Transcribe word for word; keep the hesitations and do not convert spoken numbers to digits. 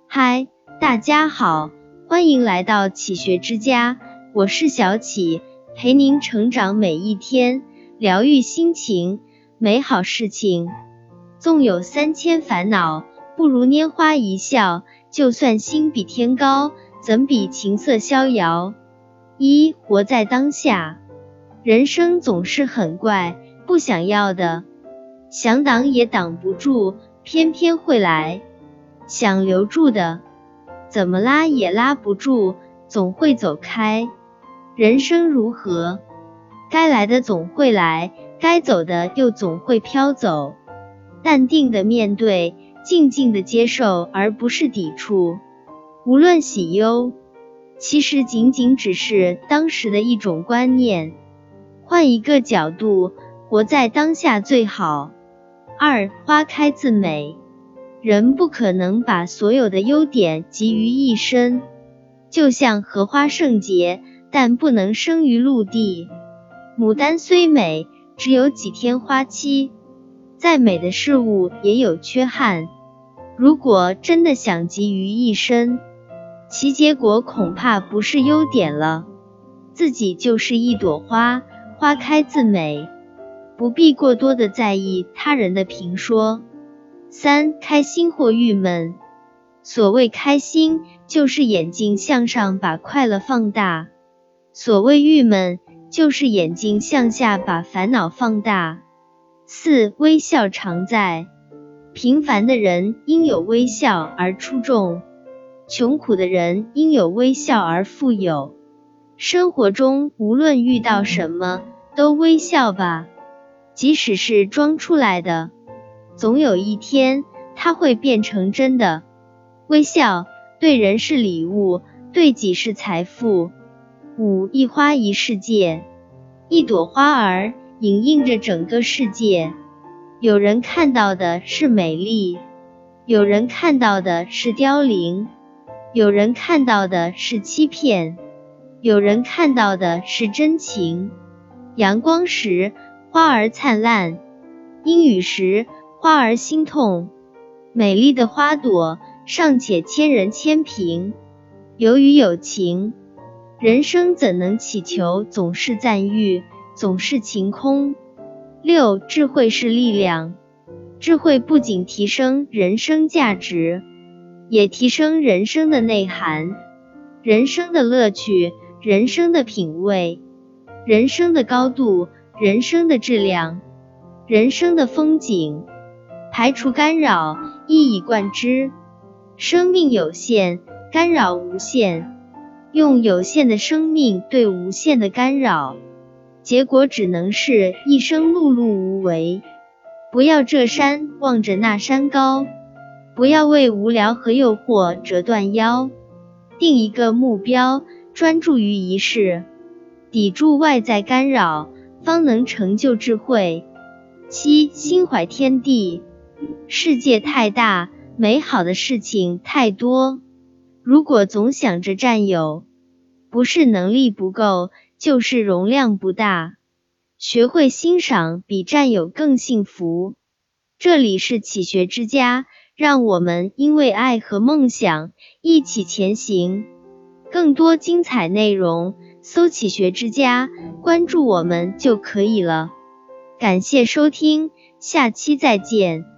嗨，大家好，欢迎来到启学之家，我是小启，陪您成长每一天，疗愈心情，美好事情。纵有三千烦恼，不如拈花一笑，就算心比天高，怎比琴瑟逍遥。一，活在当下。人生总是很怪，不想要的，想挡也挡不住，偏偏会来。想留住的，怎么拉也拉不住，总会走开。人生如何？该来的总会来，该走的又总会飘走。淡定的面对，静静的接受，而不是抵触。无论喜忧，其实仅仅只是当时的一种观念。换一个角度，活在当下最好。二，花开自美。人不可能把所有的优点集于一身，就像荷花圣洁，但不能生于陆地。牡丹虽美，只有几天花期，再美的事物也有缺憾。如果真的想集于一身，其结果恐怕不是优点了。自己就是一朵花，花开自美，不必过多的在意他人的评说。三，开心或郁闷。所谓开心，就是眼睛向上把快乐放大；所谓郁闷，就是眼睛向下把烦恼放大。四，微笑常在。平凡的人因有微笑而出众，穷苦的人因有微笑而富有。生活中无论遇到什么，都微笑吧，即使是装出来的，总有一天它会变成真的。微笑对人是礼物，对己是财富。五，一花一世界。一朵花儿影映着整个世界，有人看到的是美丽，有人看到的是凋零，有人看到的是欺骗，有人看到的是真情。阳光时，花儿灿烂；阴雨时，花儿心痛。美丽的花朵尚且千人千评，由于有情，人生怎能祈求总是赞誉，总是晴空。六，智慧是力量。智慧不仅提升人生价值，也提升人生的内涵，人生的乐趣，人生的品味，人生的高度，人生的质量，人生的风景。排除干扰，一以贯之。生命有限，干扰无限，用有限的生命对无限的干扰，结果只能是一生碌碌无为。不要这山望着那山高，不要为无聊和诱惑折断腰。定一个目标，专注于一事，抵住外在干扰，方能成就智慧。七，心怀天地。世界太大，美好的事情太多，如果总想着占有，不是能力不够，就是容量不大。学会欣赏比占有更幸福。这里是启学之家，让我们因为爱和梦想一起前行。更多精彩内容，搜启学之家，关注我们就可以了。感谢收听，下期再见。